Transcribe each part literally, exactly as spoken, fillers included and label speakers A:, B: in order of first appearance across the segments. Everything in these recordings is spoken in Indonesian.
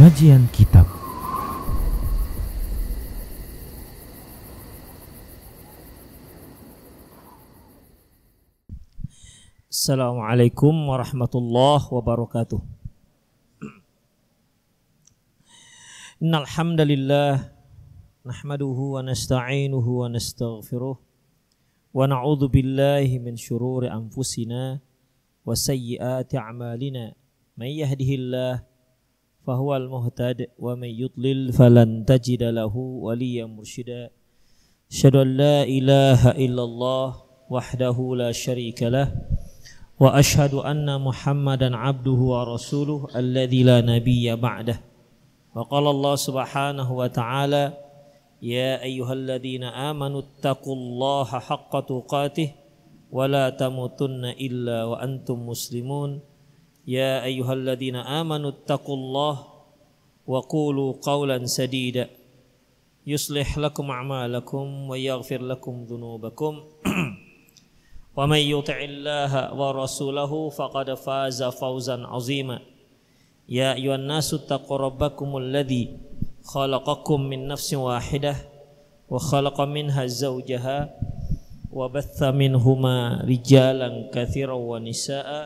A: Kajian Kitab.
B: Assalamualaikum warahmatullahi wabarakatuh. Innal hamdalillah nahmaduhu wa nasta'inuhu wa nastaghfiruh wa na'udzu billahi min syururi anfusina wa sayyiati a'malina. May yahdihillahu fahuwal muhtad wa may yudlil falan tajida lahu waliyyan mursyida. Asyhadu an la ilaha illallah wahdahu la syarika lah wa ashhadu anna Muhammadan abduhu wa rasuluh alladzi la nabiyya ba'dah. Wa qala Allah subhanahu wa ta'ala, ya ayyuhalladzina amanu taqullaha haqqa tuqatih wa la tamutunna illa wa antum muslimun. Ya ayyuhalladzina amanu taqullaha wa qulu qawlan sadida yuslih lakum a'malakum wa yaghfir lakum dhunubakum. Wa may yuti'illaha wa rasulahu faqad faza fawzan 'azima. Ya ayyuhan nasu taqu rabbakumul ladzi khalaqakum min nafsin wahidah wa khalaqa minha zawjaha wa batha minhuma rijalan katsiran wa nisaa'a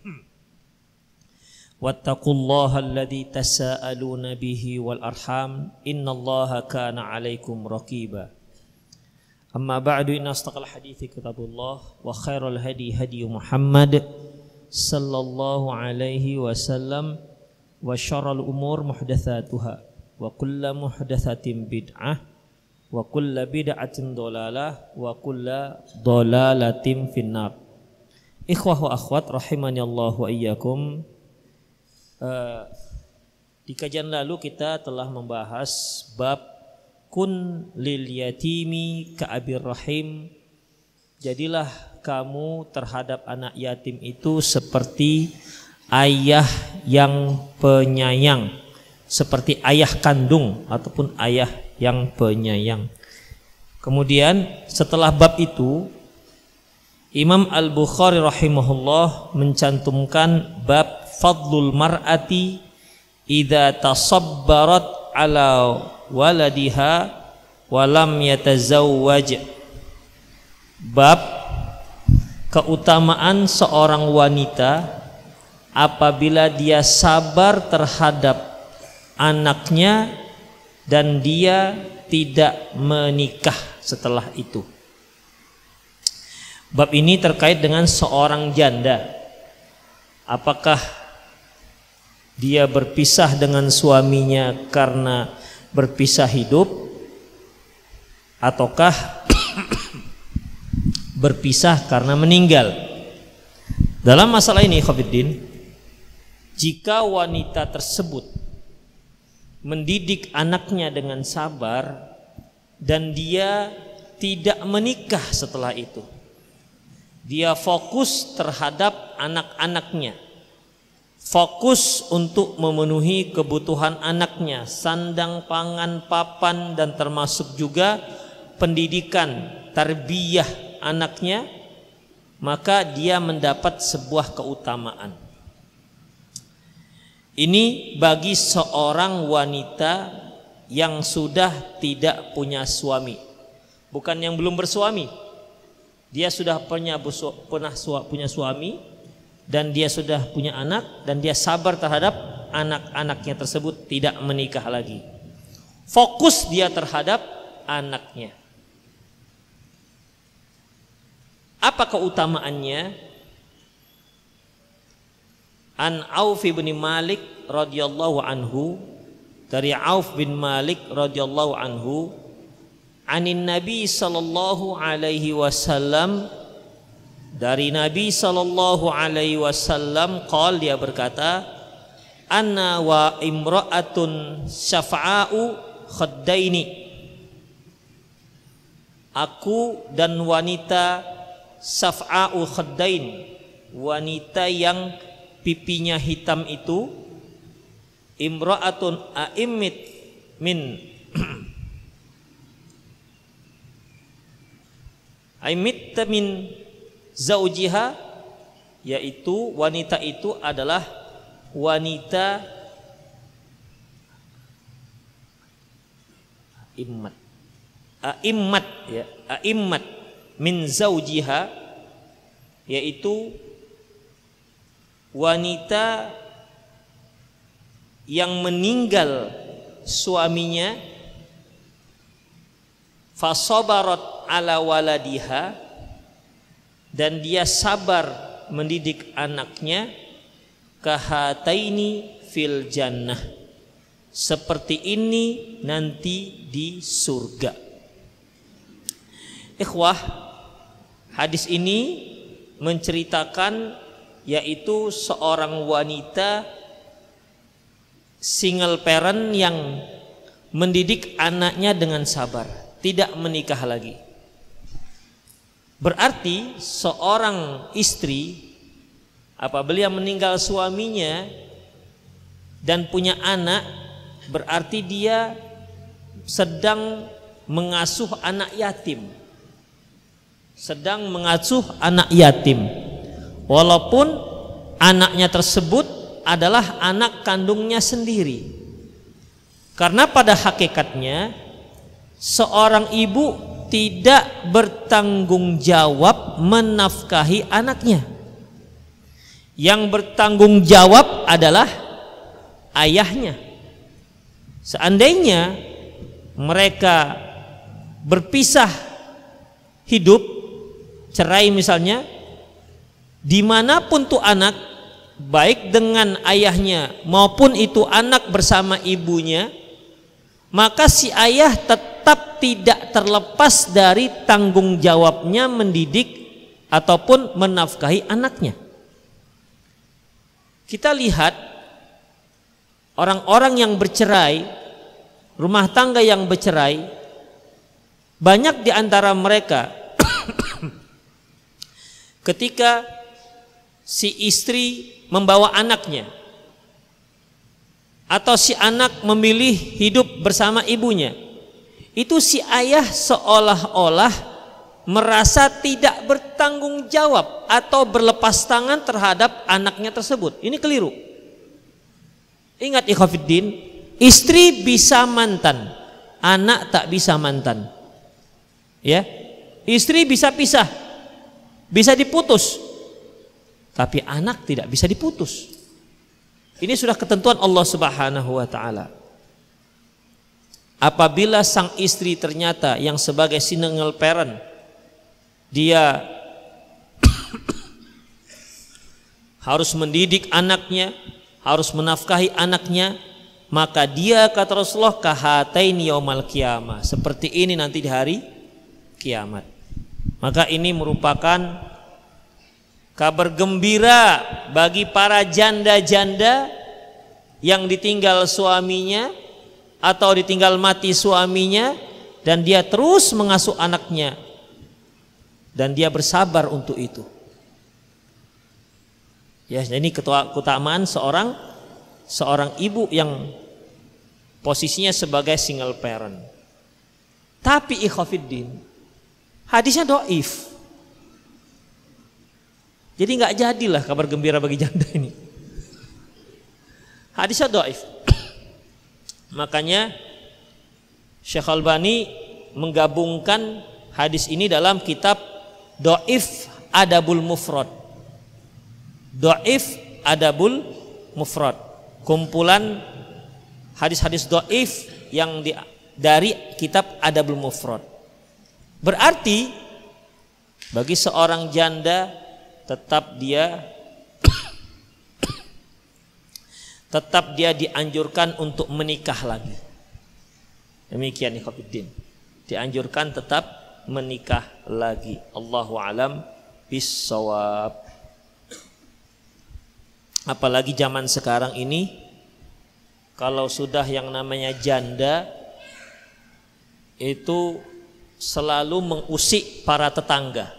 B: wattaqullaha alladzi tasaaluna bihi wal arham innallaha kana 'alaikum raqiba. Amma ba'du, inna astaqal hadithi kitabullah wa khairal hadi hadi Muhammad sallallahu alaihi wasallam wa syarrul umur muhdatsatuha wa kullu muhdatsatin bid'ah wa kullu bid'atin dhalalah wa kullu dhalalatin finnar. Ikhwah wa akhwat rahimanallahu wa iyyakum. Uh, di kajian lalu kita telah membahas bab kun lil yatimi ka'abir rahim. Jadilah kamu terhadap anak yatim itu seperti ayah yang penyayang, seperti ayah kandung ataupun ayah yang penyayang. Kemudian setelah bab itu Imam Al-Bukhari rahimahullah mencantumkan bab fadlul mar'ati idza tasabbarat ala waladiha wa lam yatazawwaj. Bab keutamaan seorang wanita apabila dia sabar terhadap anaknya dan dia tidak menikah setelah itu. Bab ini terkait dengan seorang janda. Apakah dia berpisah dengan suaminya karena berpisah hidup ataukah berpisah karena meninggal? Dalam masalah ini Khofiddin, jika wanita tersebut mendidik anaknya dengan sabar dan dia tidak menikah setelah itu, dia fokus terhadap anak-anaknya, fokus untuk memenuhi kebutuhan anaknya, sandang, pangan, papan, dan termasuk juga pendidikan, tarbiyah anaknya, maka dia mendapat sebuah keutamaan. Ini bagi seorang wanita yang sudah tidak punya suami, bukan yang belum bersuami. Dia sudah punya pernah punya suami dan dia sudah punya anak dan dia sabar terhadap anak-anaknya tersebut, tidak menikah lagi. Fokus dia terhadap anaknya. Apa keutamaannya? An Auf bin Malik radhiyallahu anhu, dari Auf bin Malik radhiyallahu anhu, anin Nabi sallallahu alaihi wasallam, dari Nabi sallallahu alaihi wasallam, qol, dia berkata, anna wa imra'atun syafa'u khaddaini, aku dan wanita syafa'u khaddain, wanita yang pipinya hitam itu, imra'atun a'immit min a'immit min zaujiha, yaitu wanita itu adalah wanita immat. A'immat ya, a'immat min zaujiha, yaitu wanita yang meninggal suaminya, fasabarat ala waladiha, dan dia sabar mendidik anaknya, kahataini fil jannah, seperti ini nanti di surga. Ikhwah, hadis ini menceritakan yaitu seorang wanita single parent yang mendidik anaknya dengan sabar, tidak menikah lagi. Berarti seorang istri apabila meninggal suaminya dan punya anak, berarti dia sedang mengasuh anak yatim. Sedang mengasuh anak yatim, walaupun anaknya tersebut adalah anak kandungnya sendiri. Karena pada hakikatnya seorang ibu tidak bertanggung jawab menafkahi anaknya. Yang bertanggung jawab adalah ayahnya. Seandainya mereka berpisah hidup, cerai misalnya, dimanapun tuh anak, baik dengan ayahnya maupun itu anak bersama ibunya, maka si ayah tetap tidak terlepas dari tanggung jawabnya mendidik ataupun menafkahi anaknya. Kita lihat orang-orang yang bercerai, rumah tangga yang bercerai, banyak di antara mereka ketika si istri membawa anaknya atau si anak memilih hidup bersama ibunya, itu si ayah seolah-olah merasa tidak bertanggung jawab atau berlepas tangan terhadap anaknya tersebut. Ini keliru. Ingat ikhwatiddin, istri bisa mantan, anak tak bisa mantan. Ya, istri bisa pisah, bisa diputus, tapi anak tidak bisa diputus. Ini sudah ketentuan Allah Subhanahu wa taala. Apabila sang istri ternyata yang sebagai single parent, dia harus mendidik anaknya, harus menafkahi anaknya, maka dia, kata Rasulullah, kahataini yaumal qiyamah, seperti ini nanti di hari kiamat. Maka ini merupakan kabar gembira bagi para janda-janda yang ditinggal suaminya atau ditinggal mati suaminya, dan dia terus mengasuh anaknya dan dia bersabar untuk itu. Ya, ini keutamaan seorang seorang ibu yang posisinya sebagai single parent. Tapi ikhwatiddin, hadisnya dhaif. Jadi nggak jadilah kabar gembira bagi janda ini. Hadisnya dhaif. Makanya Syekh Albani menggabungkan hadis ini dalam kitab Dhaif Adabul Mufrad. Dhaif Adabul Mufrad, kumpulan hadis-hadis dhaif yang di, dari kitab Adabul Mufrad. Berarti bagi seorang janda tetap dia tetap dia dianjurkan untuk menikah lagi. Demikian ikhwatiddin, dianjurkan tetap menikah lagi. Allahu alam bissawab. Apalagi zaman sekarang ini, kalau sudah yang namanya janda itu selalu mengusik para tetangga.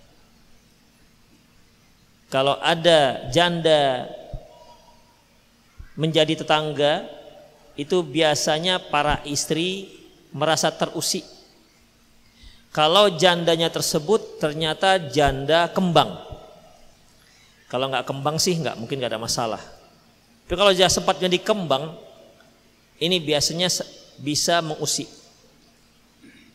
B: Kalau ada janda menjadi tetangga, itu biasanya para istri merasa terusik. Kalau jandanya tersebut ternyata janda kembang, kalau nggak kembang sih nggak mungkin nggak ada masalah. Tapi kalau dia sempat jadi kembang, ini biasanya bisa mengusik.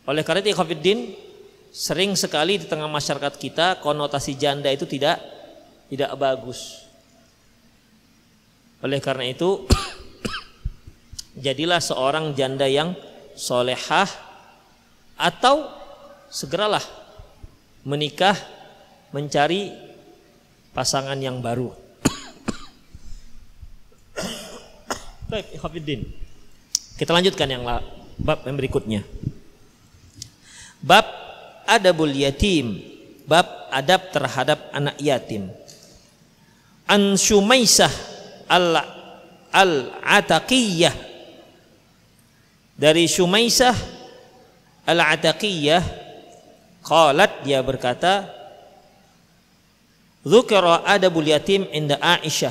B: Oleh karena itu ikhwatiddin, sering sekali di tengah masyarakat kita konotasi janda itu tidak tidak bagus. Oleh karena itu jadilah seorang janda yang solehah atau segeralah menikah, mencari pasangan yang baru. Baik, ikhwatiddin. Kita lanjutkan yang bab yang berikutnya. Bab adabul yatim, bab adab terhadap anak yatim. An Syumaisah al al-Ataqiyah, dari Syumaisah al-Ataqiyah, qalat, dia berkata, dzukira adabul yatim inda Aisyah.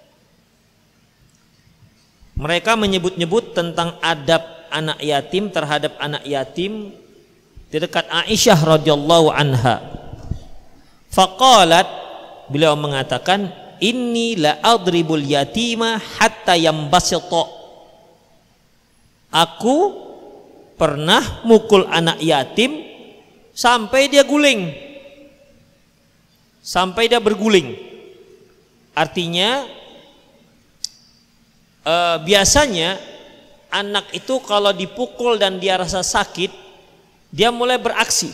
B: Mereka menyebut-nyebut tentang adab anak yatim terhadap anak yatim di dekat Aisyah radhiyallahu anha. Faqalat, beliau mengatakan, inni la adribul yatima hatta yambasita. Aku pernah mukul anak yatim sampai dia guling, sampai dia berguling. Artinya e, biasanya anak itu kalau dipukul dan dia rasa sakit, dia mulai beraksi,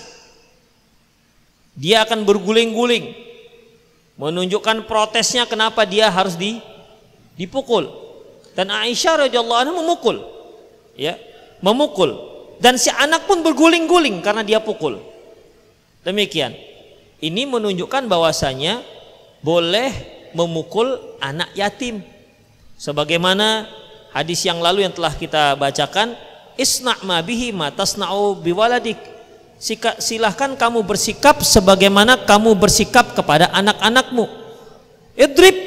B: dia akan berguling-guling, menunjukkan protesnya kenapa dia harus di, dipukul. Dan Aisyah radhiyallahu anha memukul, ya, memukul, dan si anak pun berguling-guling karena dia pukul. Demikian. Ini menunjukkan bahwasanya boleh memukul anak yatim. Sebagaimana hadis yang lalu yang telah kita bacakan, isna' ma bihi ma tasna'u biwaladik. Silahkan kamu bersikap sebagaimana kamu bersikap kepada anak-anakmu. Idrib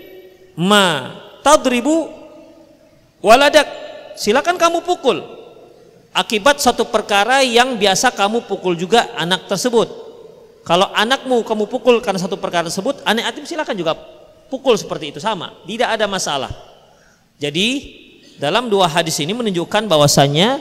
B: ma tadribu waladak. Silakan kamu pukul akibat suatu perkara yang biasa kamu pukul juga anak tersebut. Kalau anakmu kamu pukul karena satu perkara tersebut, anak yatim silakan juga pukul seperti itu, sama, tidak ada masalah. Jadi dalam dua hadis ini menunjukkan bahwasanya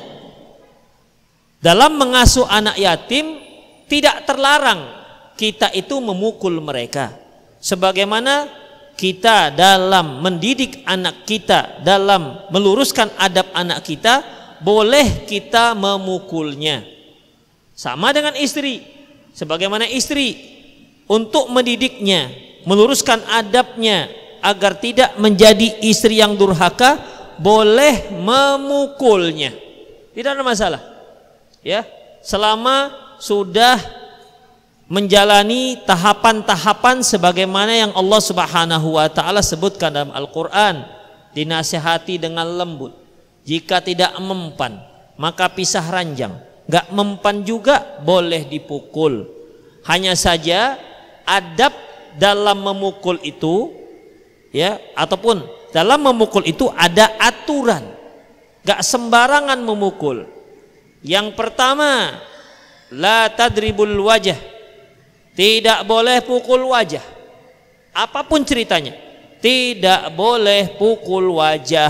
B: dalam mengasuh anak yatim tidak terlarang kita itu memukul mereka. Sebagaimana kita dalam mendidik anak kita, dalam meluruskan adab anak kita, boleh kita memukulnya. Sama dengan istri. Sebagaimana istri untuk mendidiknya, meluruskan adabnya agar tidak menjadi istri yang durhaka, boleh memukulnya. Tidak ada masalah. Ya, selama sudah menjalani tahapan-tahapan sebagaimana yang Allah Subhanahu wa taala sebutkan dalam Al-Qur'an, dinasihati dengan lembut. Jika tidak mempan, maka pisah ranjang. Gak mempan juga boleh dipukul. Hanya saja adab dalam memukul itu, ya, ataupun dalam memukul itu ada aturan. Gak sembarangan memukul. Yang pertama, la tadribul wajah. Tidak boleh pukul wajah. Apapun ceritanya, tidak boleh pukul wajah.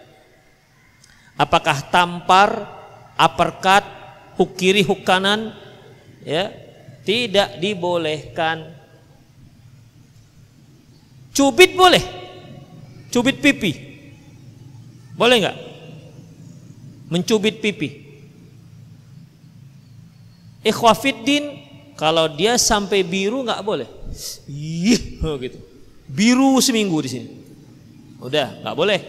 B: Apakah tampar, uppercut, huk kiri, huk kanan, ya, tidak dibolehkan. Cubit boleh, cubit pipi, boleh nggak? Mencubit pipi. Ikhwafiddin, kalau dia sampai biru nggak boleh. Ih, oh gitu. Biru seminggu di sini, udah nggak boleh.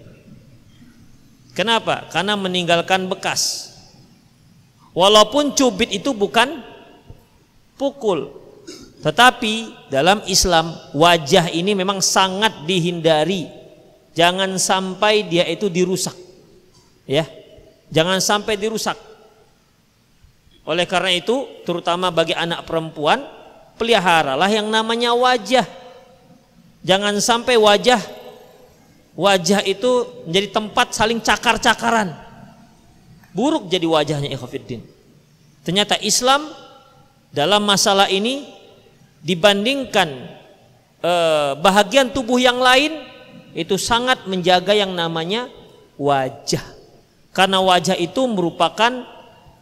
B: Kenapa? Karena meninggalkan bekas. Walaupun cubit itu bukan pukul, tetapi dalam Islam wajah ini memang sangat dihindari. Jangan sampai dia itu dirusak, ya, jangan sampai dirusak. Oleh karena itu, terutama bagi anak perempuan, peliharalah yang namanya wajah. Jangan sampai wajah wajah itu menjadi tempat saling cakar-cakaran. Buruk jadi wajahnya, ikhwatiddin. Ternyata Islam dalam masalah ini dibandingkan eh, bahagian tubuh yang lain itu sangat menjaga yang namanya wajah. Karena wajah itu merupakan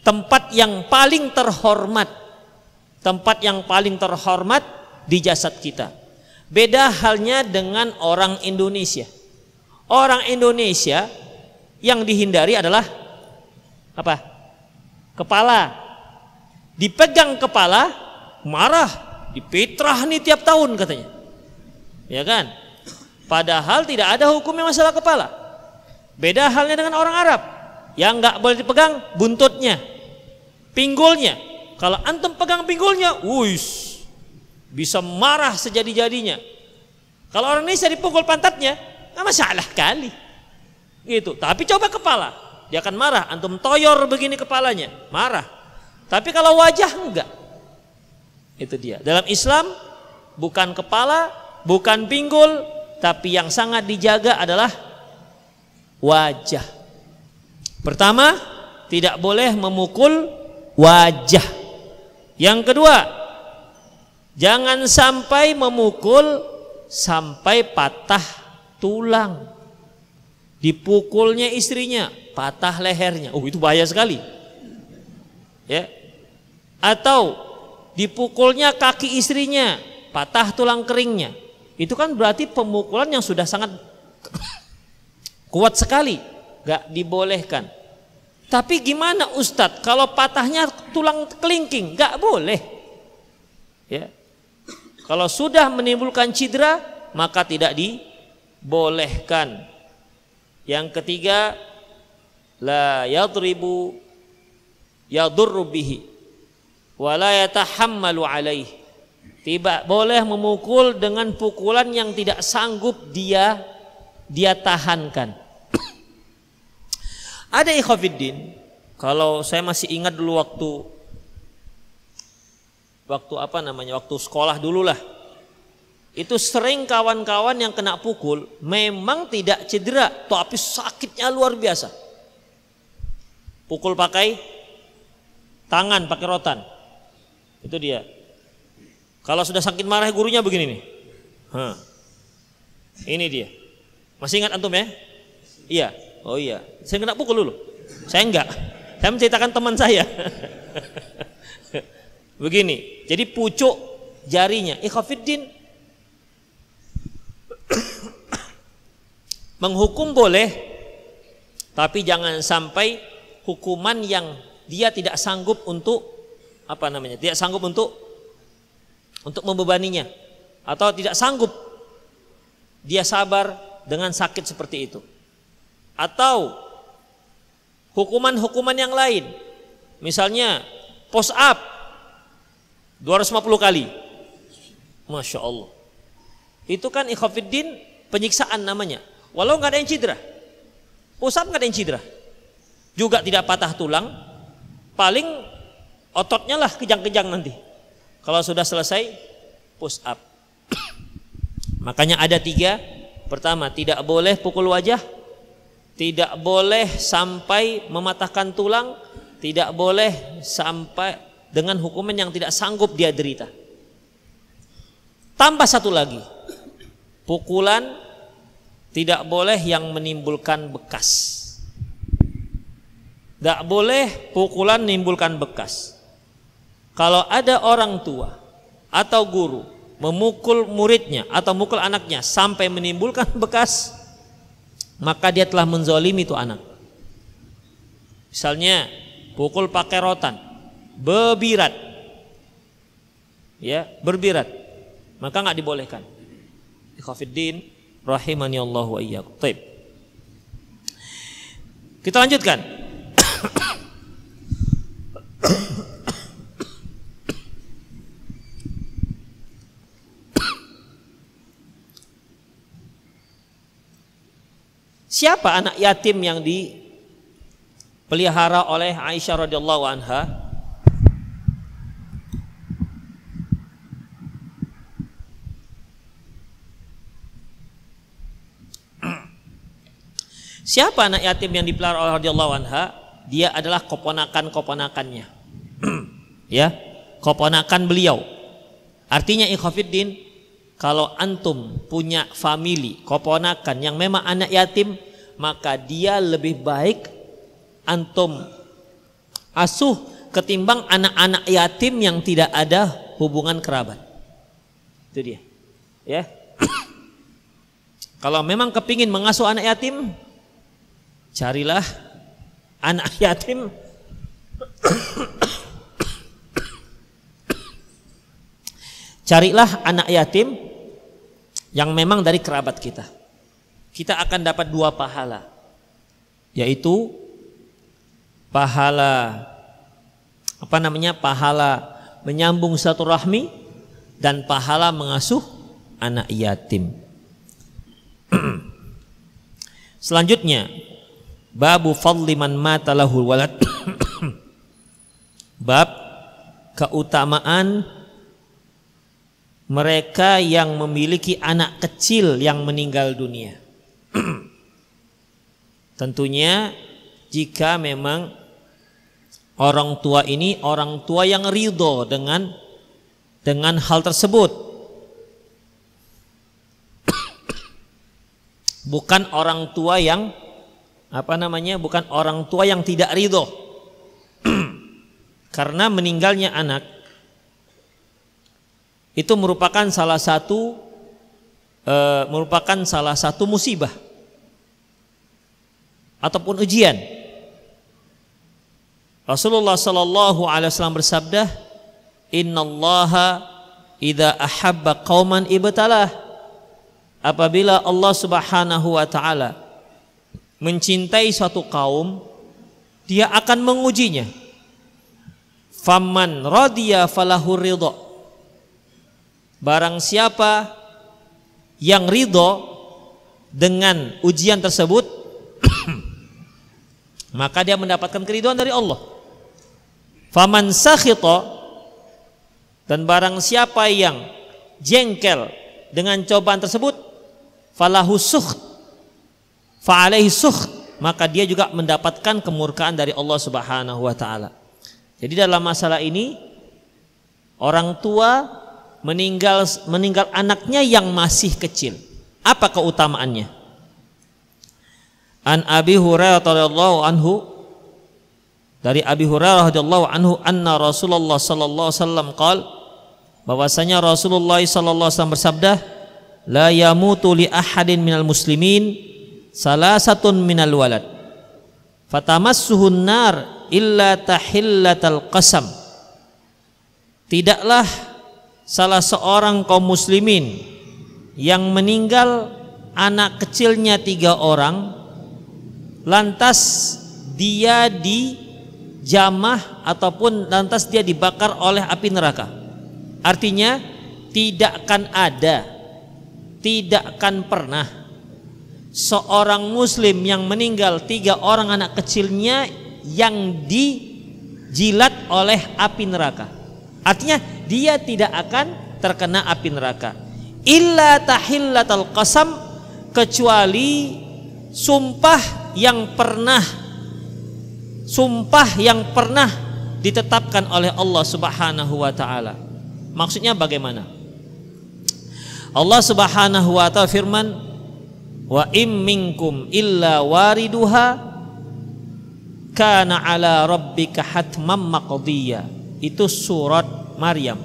B: tempat yang paling terhormat, tempat yang paling terhormat di jasad kita. Beda halnya dengan orang Indonesia. Orang Indonesia yang dihindari adalah apa? Kepala. Dipegang kepala, marah, dipetrah nih tiap tahun katanya. Ya kan? Padahal tidak ada hukumnya masalah kepala. Beda halnya dengan orang Arab. Yang nggak boleh dipegang buntutnya, pinggulnya. Kalau antum pegang pinggulnya, wuis, bisa marah sejadi-jadinya. Kalau orang Indonesia dipukul pantatnya, nggak masalah kali. Gitu. Tapi coba kepala, dia akan marah. Antum toyor begini kepalanya, marah. Tapi kalau wajah enggak. Itu dia. Dalam Islam bukan kepala, bukan pinggul, tapi yang sangat dijaga adalah wajah. Pertama, tidak boleh memukul wajah. Yang kedua, jangan sampai memukul sampai patah tulang. Dipukulnya istrinya, patah lehernya. Oh, itu bahaya sekali. Ya. Atau dipukulnya kaki istrinya, patah tulang keringnya. Itu kan berarti pemukulan yang sudah sangat kuat sekali, gak dibolehkan. Tapi gimana Ustadz kalau patahnya tulang kelingking? Gak boleh. Ya. Kalau sudah menimbulkan cedera, maka tidak dibolehkan. Yang ketiga, la yadribu yadurru bihi wa la yatahammalu alaih. Tidak boleh memukul dengan pukulan yang tidak sanggup dia dia tahankan. Ada ikhwafiddin, kalau saya masih ingat dulu waktu waktu apa namanya, waktu sekolah dulu lah, itu sering kawan-kawan yang kena pukul memang tidak cedera, tapi sakitnya luar biasa. Pukul pakai tangan, pakai rotan, itu dia. Kalau sudah sakit marah gurunya begini nih, Hah. Ini dia. Masih ingat antum ya? Iya. Oh iya, saya kena pukul dulu. Saya enggak. Saya menceritakan teman saya. Begini, jadi pucuk jarinya. Ikhwafiddin, menghukum boleh, tapi jangan sampai hukuman yang dia tidak sanggup untuk apa namanya? Tidak sanggup untuk untuk membebaninya, atau tidak sanggup dia sabar dengan sakit seperti itu. Atau hukuman-hukuman yang lain, misalnya push up dua ratus lima puluh kali, Masya Allah, itu kan ikhwafiddin penyiksaan namanya. Walau nggak ada yang cedera, push up nggak ada yang cedera, juga tidak patah tulang, paling ototnya lah kejang-kejang nanti kalau sudah selesai push up. Makanya ada tiga. Pertama, tidak boleh pukul wajah, tidak boleh sampai mematahkan tulang, tidak boleh sampai dengan hukuman yang tidak sanggup dia derita. Tambah satu lagi, pukulan tidak boleh yang menimbulkan bekas. Tidak boleh pukulan menimbulkan bekas. Kalau ada orang tua atau guru memukul muridnya atau memukul anaknya sampai menimbulkan bekas, maka dia telah menzalimi itu anak. Misalnya pukul pakai rotan, bebirat, ya berbirat, maka nggak dibolehkan. Ikhwafiddin rahimani Allah wa iyyakum. Baik, kita lanjutkan. Siapa anak yatim yang dipelihara oleh Aisyah radhiyallahu anha? Siapa anak yatim yang dipelihara oleh radhiyallahu anha? Dia adalah keponakan-keponakannya. Ya, keponakan beliau. Artinya ikhwafiddin, kalau antum punya famili, keponakan yang memang anak yatim, maka dia lebih baik antum asuh ketimbang anak-anak yatim yang tidak ada hubungan kerabat. Itu dia. Ya. Kalau memang kepingin mengasuh anak yatim, carilah anak yatim carilah anak yatim yang memang dari kerabat kita. Kita akan dapat dua pahala, yaitu pahala apa namanya pahala menyambung silaturahmi dan pahala mengasuh anak yatim. Selanjutnya, babu fadli man mata lahul walad. Bab keutamaan mereka yang memiliki anak kecil yang meninggal dunia. Tentunya jika memang orang tua ini orang tua yang ridho dengan dengan hal tersebut, bukan orang tua yang apa namanya bukan orang tua yang tidak ridho karena meninggalnya anak itu merupakan salah satu e, merupakan salah satu musibah ataupun ujian. Rasulullah sallallahu alaihi wasallam bersabda, "Innallaha idza ahabba qauman ibtalah." Apabila Allah Subhanahu wa taala mencintai suatu kaum, Dia akan mengujinya. Faman radiya falahu ridha. Barang siapa yang ridho dengan ujian tersebut, maka dia mendapatkan keridhaan dari Allah. Faman sakhita, dan barang siapa yang jengkel dengan cobaan tersebut, falahu sukht, fa alaihi sukht, maka dia juga mendapatkan kemurkaan dari Allah Subhanahu wa taala. Jadi dalam masalah ini orang tua meninggal meninggal anaknya yang masih kecil. Apa keutamaannya? An Abi Hurairah radhiyallahu anhu, dari Abi Hurairah radhiyallahu anhu, anna Rasulullah sallallahu alaihi wasallam qaal, bahwasanya Rasulullah sallallahu alaihi wasallam bersabda, la yamutu li ahadin minal muslimin salasatun minal walad fatamassuhun nar illa tahillatal qasam. Tidaklah salah seorang kaum muslimin yang meninggal anak kecilnya tiga orang, lantas dia dijamah ataupun lantas dia dibakar oleh api neraka. Artinya tidak akan ada, tidak akan pernah seorang muslim yang meninggal tiga orang anak kecilnya yang dijilat oleh api neraka. Artinya dia tidak akan terkena api neraka. Illa tahillatal qasam, kecuali sumpah yang pernah sumpah yang pernah ditetapkan oleh Allah Subhanahu wa taala. Maksudnya bagaimana? Allah Subhanahu wa taala firman, wa im minkum illa wariduha kana ala rabbika hatmam maqdiyya. Itu surat Maryam.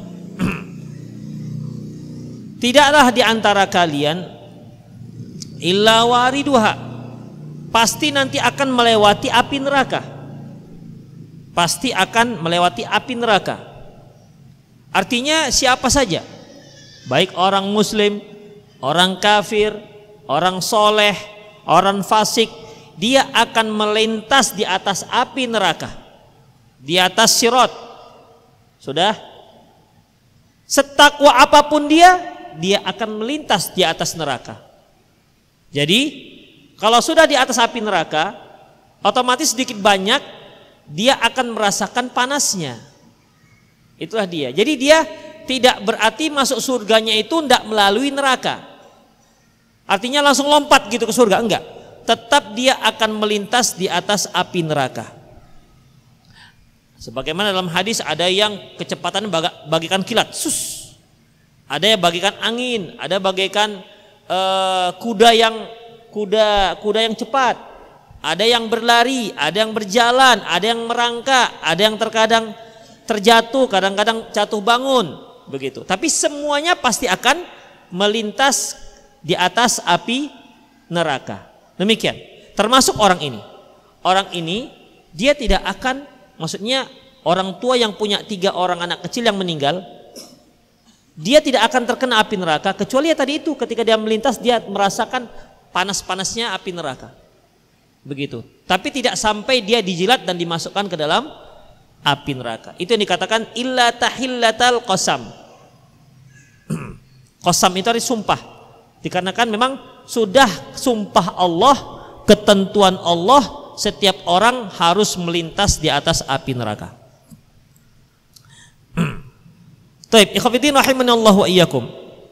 B: Tidaklah di antara kalian illa wariduha, pasti nanti akan melewati api neraka. Pasti akan melewati api neraka. Artinya siapa saja, baik orang muslim, orang kafir, orang soleh, orang fasik, dia akan melintas di atas api neraka, di atas sirat. Sudah, setakwa apapun dia, dia akan melintas di atas neraka. Jadi kalau sudah di atas api neraka, otomatis sedikit banyak dia akan merasakan panasnya. Itulah dia. Jadi dia tidak berarti masuk surganya itu tidak melalui neraka, artinya langsung lompat gitu ke surga, enggak. Tetap dia akan melintas di atas api neraka. Sebagaimana dalam hadis, ada yang kecepatan bagikan kilat, sus. Ada yang bagikan angin, ada bagaikan uh, kuda yang kuda kuda yang cepat. ada yang berlari, ada yang berjalan, ada yang merangkak, ada yang terkadang terjatuh, kadang-kadang jatuh bangun, begitu. Tapi semuanya pasti akan melintas di atas api neraka. Demikian. Termasuk orang ini. Orang ini dia tidak akan, maksudnya orang tua yang punya tiga orang anak kecil yang meninggal, dia tidak akan terkena api neraka kecuali ya tadi itu, ketika dia melintas dia merasakan panas-panasnya api neraka. Begitu. Tapi tidak sampai dia dijilat dan dimasukkan ke dalam api neraka. Itu yang dikatakan illa tahillatal qasam. Qasam itu arti sumpah. Dikarenakan memang sudah sumpah Allah, ketentuan Allah, setiap orang harus melintas di atas api neraka. Taib, ikhwatiddin rahimanallahu wa iyyakum.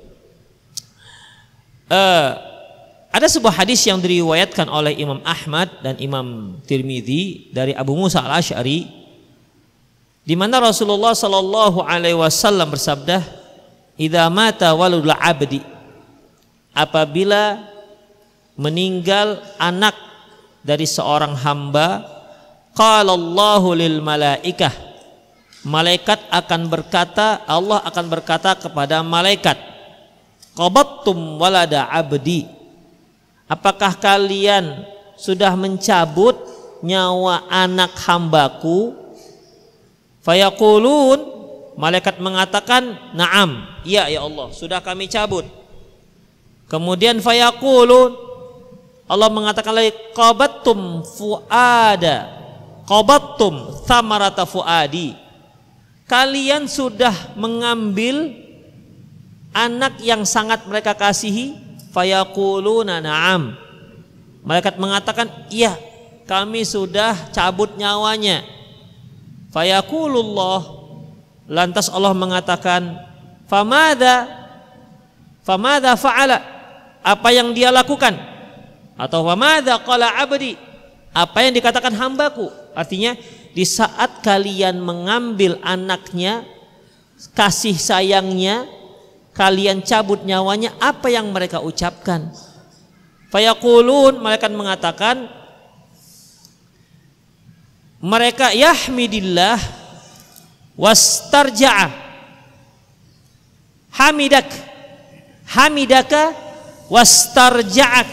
B: Uh, ada sebuah hadis yang diriwayatkan oleh Imam Ahmad dan Imam Tirmidzi dari Abu Musa al-Asy'ari, di mana Rasulullah sallallahu alaihi wasallam bersabda, "Idza mata waladul 'abdi," apabila meninggal anak dari seorang hamba, qala Allahu lil malaikah, malaikat akan berkata, Allah akan berkata kepada malaikat, qabattum walada 'abdi, apakah kalian sudah mencabut nyawa anak hambaku? Fayaqulun, malaikat mengatakan, na'am, iya ya Allah, sudah kami cabut. Kemudian fayaqulun, Allah mengatakan lagi, qabattum fuada, qabattum thamarata fuadi, kalian sudah mengambil anak yang sangat mereka kasihi. Fayaquluna na'am, malaikat mengatakan, iya kami sudah cabut nyawanya. Fayaqulullah, lantas Allah mengatakan, famadha famadha fa'ala, apa yang dia lakukan? Atau famadha qala 'abdi, apa yang dikatakan hambaku? Artinya di saat kalian mengambil anaknya, kasih sayangnya, kalian cabut nyawanya, apa yang mereka ucapkan? Fayaqulun, malaikat mengatakan, mereka yahmidillah wastarja'a, hamidak hamidaka wastarja'ak,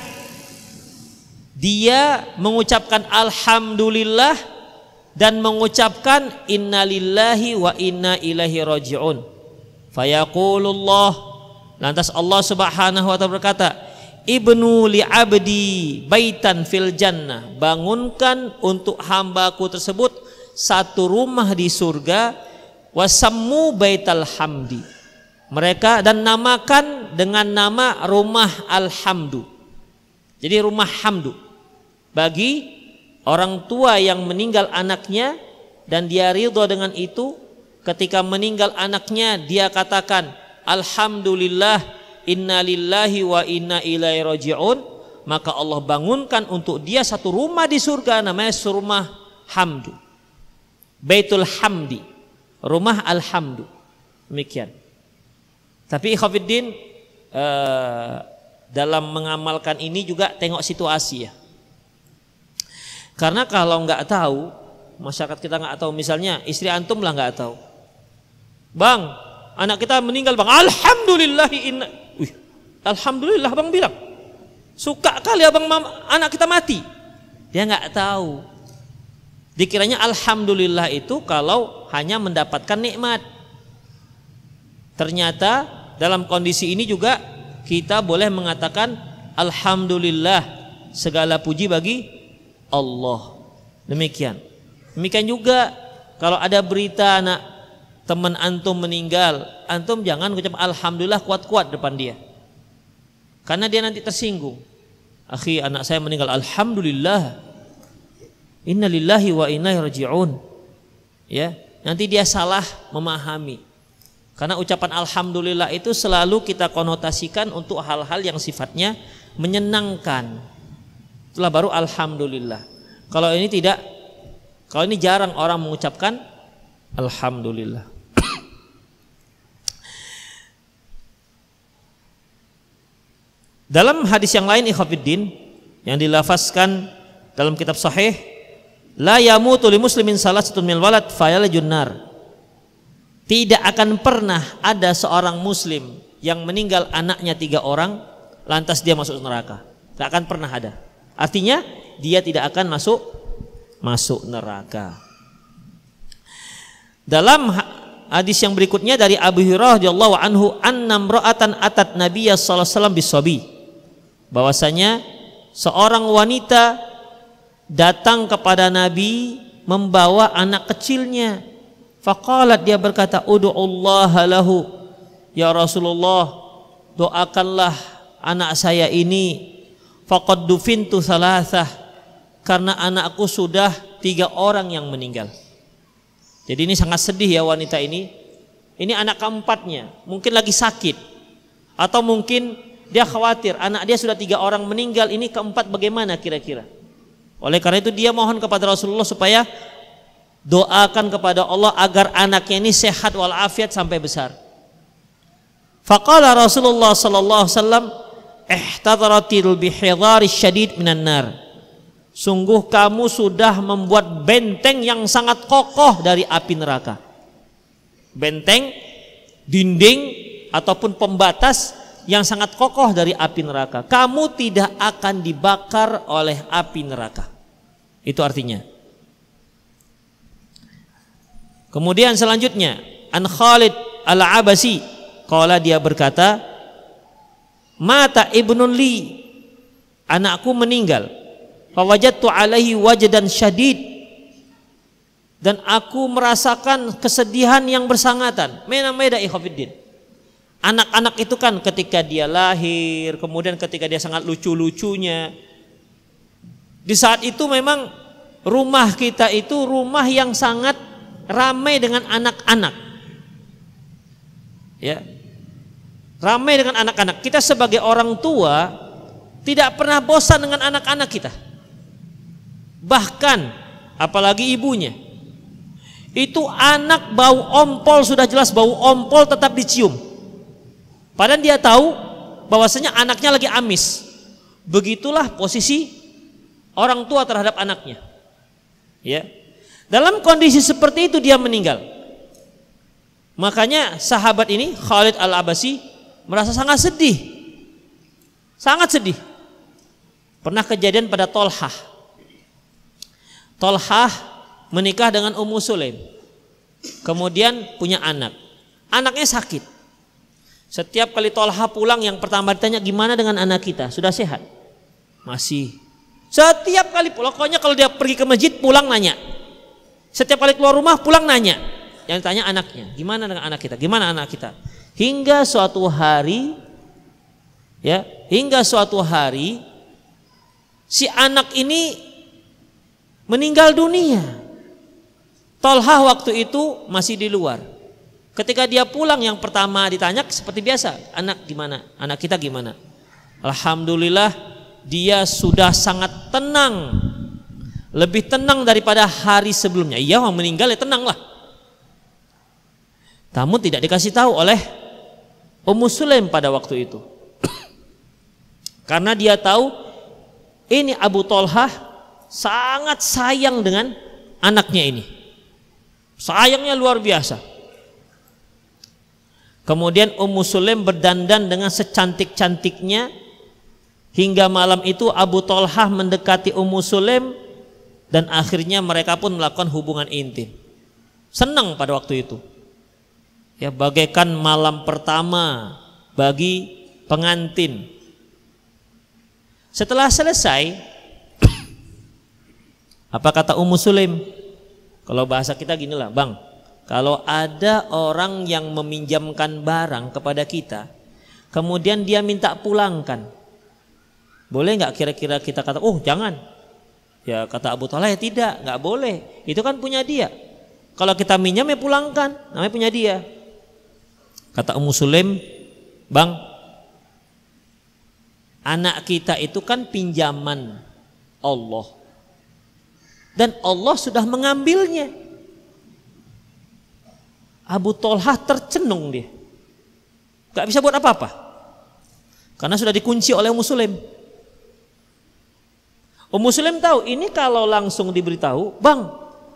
B: dia mengucapkan alhamdulillah dan mengucapkan innalillahi wa inna ilaihi raji'un. Fayaqulullah, lantas Allah Subhanahu wa ta'ala berkata, ibnu li abdi baitan fil jannah, bangunkan untuk hambaku tersebut satu rumah di surga, wasammu baital hamdi, mereka dan namakan dengan nama rumah alhamdu. Jadi rumah hamdu bagi orang tua yang meninggal anaknya dan dia ridha dengan itu. Ketika meninggal anaknya, dia katakan alhamdulillah inna lillahi wa inna ilaihi raji'un, maka Allah bangunkan untuk dia satu rumah di surga, namanya rumah hamdu, baitul hamdi, rumah alhamdu. Demikian. Tapi ikhwatiddin, eh, dalam mengamalkan ini juga tengok situasi ya. Karena kalau nggak tahu, masyarakat kita nggak tahu, misalnya istri antum lah nggak tahu, bang, anak kita meninggal bang, alhamdulillahi inna, wih, alhamdulillah bang bilang, suka kali abang anak kita mati. Dia nggak tahu. Dikiranya alhamdulillah itu kalau hanya mendapatkan nikmat. Ternyata dalam kondisi ini juga kita boleh mengatakan alhamdulillah, segala puji bagi Allah. Demikian. Demikian juga kalau ada berita anak teman antum meninggal, antum jangan ucap alhamdulillah kuat-kuat depan dia, karena dia nanti tersinggung. Akhi, anak saya meninggal, alhamdulillah, inna lillahi wa inna ilaihi raji'un. Ya, nanti dia salah memahami. Karena ucapan alhamdulillah itu selalu kita konotasikan untuk hal-hal yang sifatnya menyenangkan. Itulah baru alhamdulillah. Kalau ini tidak, kalau ini jarang orang mengucapkan alhamdulillah. Dalam hadis yang lain ikhwatiddin, yang dilafazkan dalam kitab sahih, la yamutu li muslimin salasatun minal walad fayalajun nar. Tidak akan pernah ada seorang muslim yang meninggal anaknya tiga orang lantas dia masuk neraka. Tidak akan pernah ada. Artinya dia tidak akan masuk masuk neraka. Dalam hadis yang berikutnya dari Abu Hurairah radhiyallahu anhu, annam ra'atan atat Nabiyya sallallahu alaihi wasallam bisabi. Bahwasanya seorang wanita datang kepada Nabi membawa anak kecilnya. Faqalat, dia berkata, ud'ullaha lahu, ya Rasulullah, doakanlah anak saya ini. Faqad dufintu thalathah, karena anakku sudah tiga orang yang meninggal. Jadi ini sangat sedih ya wanita ini. Ini anak keempatnya, mungkin lagi sakit, atau mungkin dia khawatir anak dia sudah tiga orang meninggal, ini keempat bagaimana kira-kira. Oleh karena itu dia mohon kepada Rasulullah supaya doakan kepada Allah agar anaknya ini sehat walafiat sampai besar. Faqala Rasulullah sallallahu alaihi wasallam, ihtadaratil bihidhari syadid minan nar. Sungguh kamu sudah membuat benteng yang sangat kokoh dari api neraka. Benteng, dinding ataupun pembatas yang sangat kokoh dari api neraka. Kamu tidak akan dibakar oleh api neraka. Itu artinya. Kemudian selanjutnya, An Khalid Al-Abasi, qala, dia berkata, mata ibnun li, anakku meninggal. Fawajadtu alaihi wajdan syadid, dan aku merasakan kesedihan yang bersangatan. Mena meda ikhafiddin. Anak-anak itu kan ketika dia lahir, kemudian ketika dia sangat lucu-lucunya, di saat itu memang rumah kita itu rumah yang sangat ramai dengan anak-anak. Ya. Ramai dengan anak-anak. Kita sebagai orang tua tidak pernah bosan dengan anak-anak kita. Bahkan apalagi ibunya. Itu anak bau ompol, sudah jelas bau ompol tetap dicium. Padahal dia tahu bahwasanya anaknya lagi amis. Begitulah posisi orang tua terhadap anaknya. Ya. Dalam kondisi seperti itu dia meninggal. Makanya sahabat ini Khalid Al-Abasi merasa sangat sedih. Sangat sedih. Pernah kejadian pada Tolhah. Tolhah menikah dengan Ummu Sulaim. Kemudian punya anak. Anaknya sakit. Setiap kali Tolhah pulang yang pertama ditanya, gimana dengan anak kita? Sudah sehat? Masih. Setiap kali, pokoknya kalau dia pergi ke masjid pulang nanya. Setiap kali keluar rumah pulang nanya. Yang ditanya anaknya, gimana dengan anak kita? Gimana anak kita? Hingga suatu hari, ya, hingga suatu hari si anak ini meninggal dunia. Tolhah waktu itu masih di luar. Ketika dia pulang yang pertama ditanya seperti biasa, anak gimana? Anak kita gimana? Alhamdulillah dia sudah sangat tenang. Lebih tenang daripada hari sebelumnya. Iya, orang meninggal ya tenanglah. Namun tidak dikasih tahu oleh Ummu Sulaim pada waktu itu. Karena dia tahu ini Abu Tolhah sangat sayang dengan anaknya ini. Sayangnya luar biasa. Kemudian Ummu Sulaim berdandan dengan secantik-cantiknya. Hingga malam itu Abu Tolhah mendekati Ummu Sulaim. Dan akhirnya mereka pun melakukan hubungan intim. Senang pada waktu itu. Ya, bagaikan malam pertama bagi pengantin. Setelah selesai, apa kata Ummu Sulaim? Kalau bahasa kita ginilah, Bang. Kalau ada orang yang meminjamkan barang kepada kita, kemudian dia minta pulangkan, boleh nggak kira-kira kita kata, oh jangan. Ya kata Abu Tolhah, ya tidak, nggak boleh. Itu kan punya dia. Kalau kita minjam ya pulangkan, namanya punya dia. Kata Ummu Sulaim, Bang, anak kita itu kan pinjaman Allah. Dan Allah sudah mengambilnya. Abu Tolhah tercenung dia. Gak bisa buat apa-apa. Karena sudah dikunci oleh Ummu Sulaim. Ummu Sulaim tahu ini kalau langsung diberitahu, bang,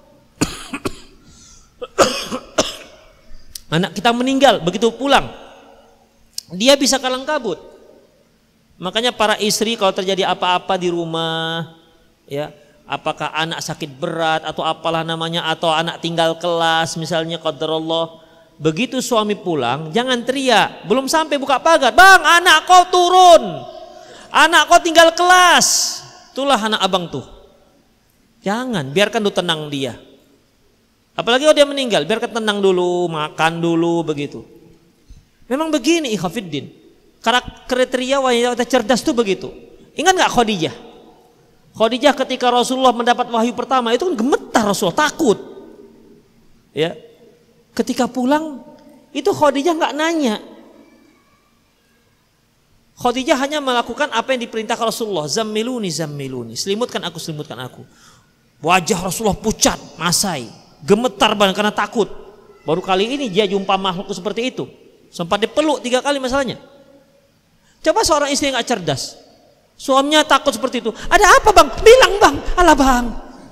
B: anak kita meninggal, begitu pulang dia bisa kalang kabut. Makanya para istri kalau terjadi apa-apa di rumah, ya, apakah anak sakit berat atau apalah namanya, atau anak tinggal kelas misalnya, qadarullah, begitu suami pulang jangan teriak, belum sampai buka pagar, bang anak kau turun, anak kau tinggal kelas, itulah anak abang tuh. Jangan, biarkan dulu tenang dia. Apalagi kalau dia meninggal, biarkan tenang dulu, makan dulu begitu. Memang begini ikhwafiddin. Kriteria wanita cerdas itu begitu. Ingat nggak Khadijah? Khadijah ketika Rasulullah mendapat wahyu pertama itu kan gemetar, Rasulullah takut. Ya, ketika pulang itu Khadijah nggak nanya. Khadijah hanya melakukan apa yang diperintahkan Rasulullah. Zammiluni, zammiluni. Selimutkan aku, selimutkan aku. Wajah Rasulullah pucat, masai, gemetar banget karena takut. Baru kali ini dia jumpa makhluk seperti itu. Sempat dipeluk tiga kali masalahnya. Coba seorang istri yang gak cerdas, suaminya takut seperti itu. Ada apa bang? Bilang bang. Alah bang.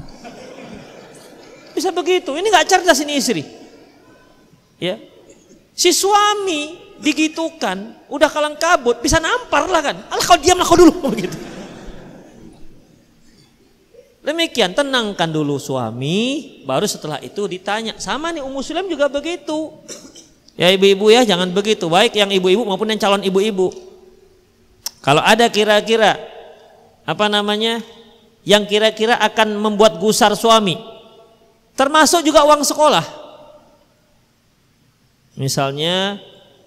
B: Bisa begitu. Ini gak cerdas ini istri. Ya, si suami digitukan, udah kalang kabut, bisa nampar lah kan. Alah kau diamlah kau dulu. Begitu. Demikian, tenangkan dulu suami, baru setelah itu ditanya. Sama nih Ummu Sulaim juga begitu. Ya ibu-ibu ya, jangan begitu. Baik yang ibu-ibu maupun yang calon ibu-ibu. Kalau ada kira-kira apa namanya yang kira-kira akan membuat gusar suami, termasuk juga uang sekolah. Misalnya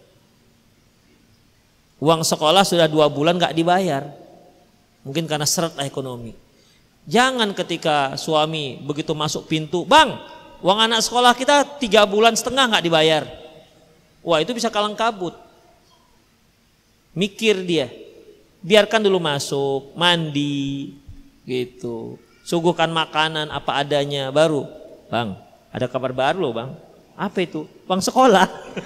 B: uang sekolah sudah dua bulan gak dibayar, mungkin karena seret ekonomi. Jangan ketika suami begitu masuk pintu, bang, uang anak sekolah kita tiga bulan setengah gak dibayar. Wah itu bisa kalang kabut. Mikir dia. Biarkan dulu masuk, mandi, gitu. Suguhkan makanan apa adanya, baru, bang, ada kabar baru loh bang. Apa itu? Uang sekolah.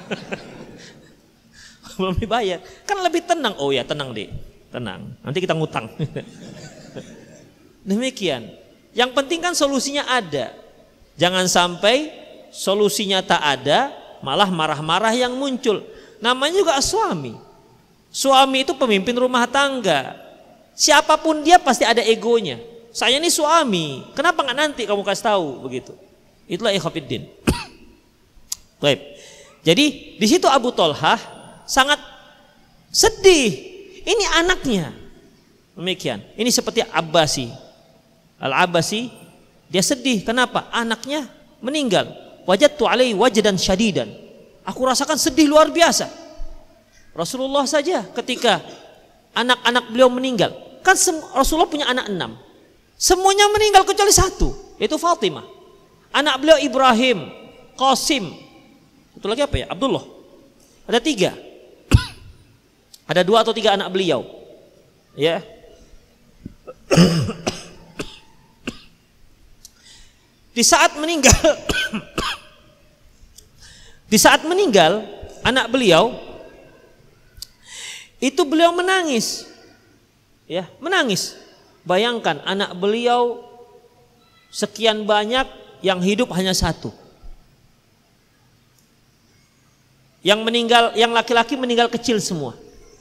B: Belum dibayar. Kan lebih tenang. Oh ya tenang deh, tenang. Nanti kita ngutang. Demikian. Yang penting kan solusinya ada. Jangan sampai solusinya tak ada, malah marah-marah yang muncul. Namanya juga suami. Suami itu pemimpin rumah tangga. Siapapun dia pasti ada egonya. Saya ini suami, kenapa nggak nanti kamu kasih tahu begitu? Itulah ikhwafiddin. Baik. Jadi di situ Abu Thalhah sangat sedih. Ini anaknya. Demikian. Ini seperti Abbasi. Al-Abbasi dia sedih. Kenapa? Anaknya meninggal. Wajadtu alaihi wajdan syadidan. Aku rasakan sedih luar biasa. Rasulullah saja ketika anak-anak beliau meninggal, kan Rasulullah punya anak enam, semuanya meninggal kecuali satu, yaitu Fatimah. Anak beliau Ibrahim, Qasim, itu lagi apa ya? Abdullah. Ada tiga, ada dua atau tiga anak beliau, ya. Di saat meninggal, di saat meninggal anak beliau. Itu beliau menangis, ya menangis. Bayangkan anak beliau sekian banyak, yang hidup hanya satu. Yang meninggal, yang laki-laki meninggal kecil semua.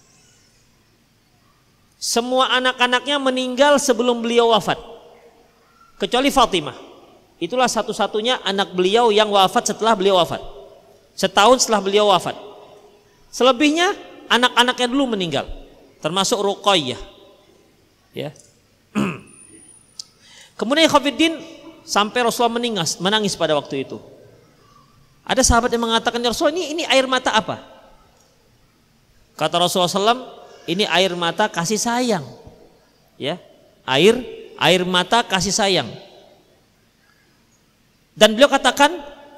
B: Semua anak-anaknya meninggal sebelum beliau wafat, kecuali Fatimah. Itulah satu-satunya anak beliau yang wafat setelah beliau wafat, setahun setelah beliau wafat. Selebihnya anak-anaknya dulu meninggal, termasuk Ruqayyah. Ya. Kemudian Khafiddin sampai Rasulullah menangis, menangis pada waktu itu. Ada sahabat yang mengatakan, ya Rasulullah, ini, ini air mata apa? Kata Rasulullah shallallahu alaihi wasallam, ini air mata kasih sayang. Ya, air air mata kasih sayang. Dan beliau katakan,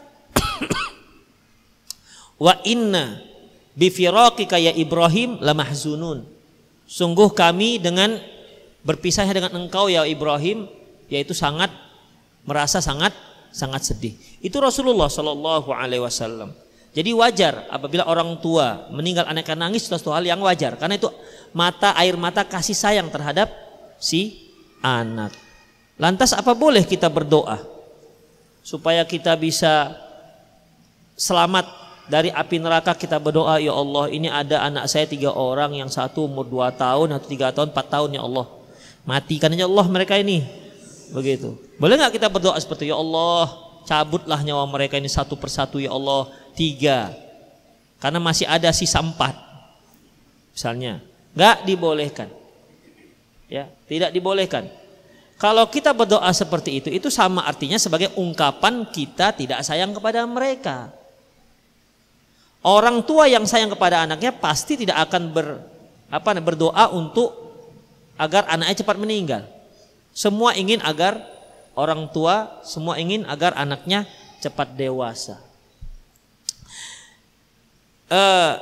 B: wa inna bifiraqika ya Ibrahim lamahzunun. Sungguh kami dengan berpisahnya dengan engkau ya Ibrahim, yaitu sangat merasa sangat sangat sedih. Itu Rasulullah Shallallahu Alaihi Wasallam. Jadi wajar apabila orang tua meninggal anaknya nangis, itu suatu hal yang wajar. Karena itu mata air mata kasih sayang terhadap si anak. Lantas apa boleh kita berdoa supaya kita bisa selamat dari api neraka? Kita berdoa, ya Allah, ini ada anak saya tiga orang, yang satu umur dua tahun atau tiga tahun, empat tahun, ya Allah, matikan aja Allah mereka ini. Begitu. Boleh nggak kita berdoa seperti, ya Allah, cabutlah nyawa mereka ini satu persatu, ya Allah, tiga, karena masih ada sisa empat, misalnya. Nggak dibolehkan, ya, tidak dibolehkan. Kalau kita berdoa seperti itu, itu sama artinya sebagai ungkapan kita tidak sayang kepada mereka. Orang tua yang sayang kepada anaknya pasti tidak akan ber, apa, berdoa untuk agar anaknya cepat meninggal. Semua ingin agar orang tua, semua ingin agar anaknya cepat dewasa. Uh,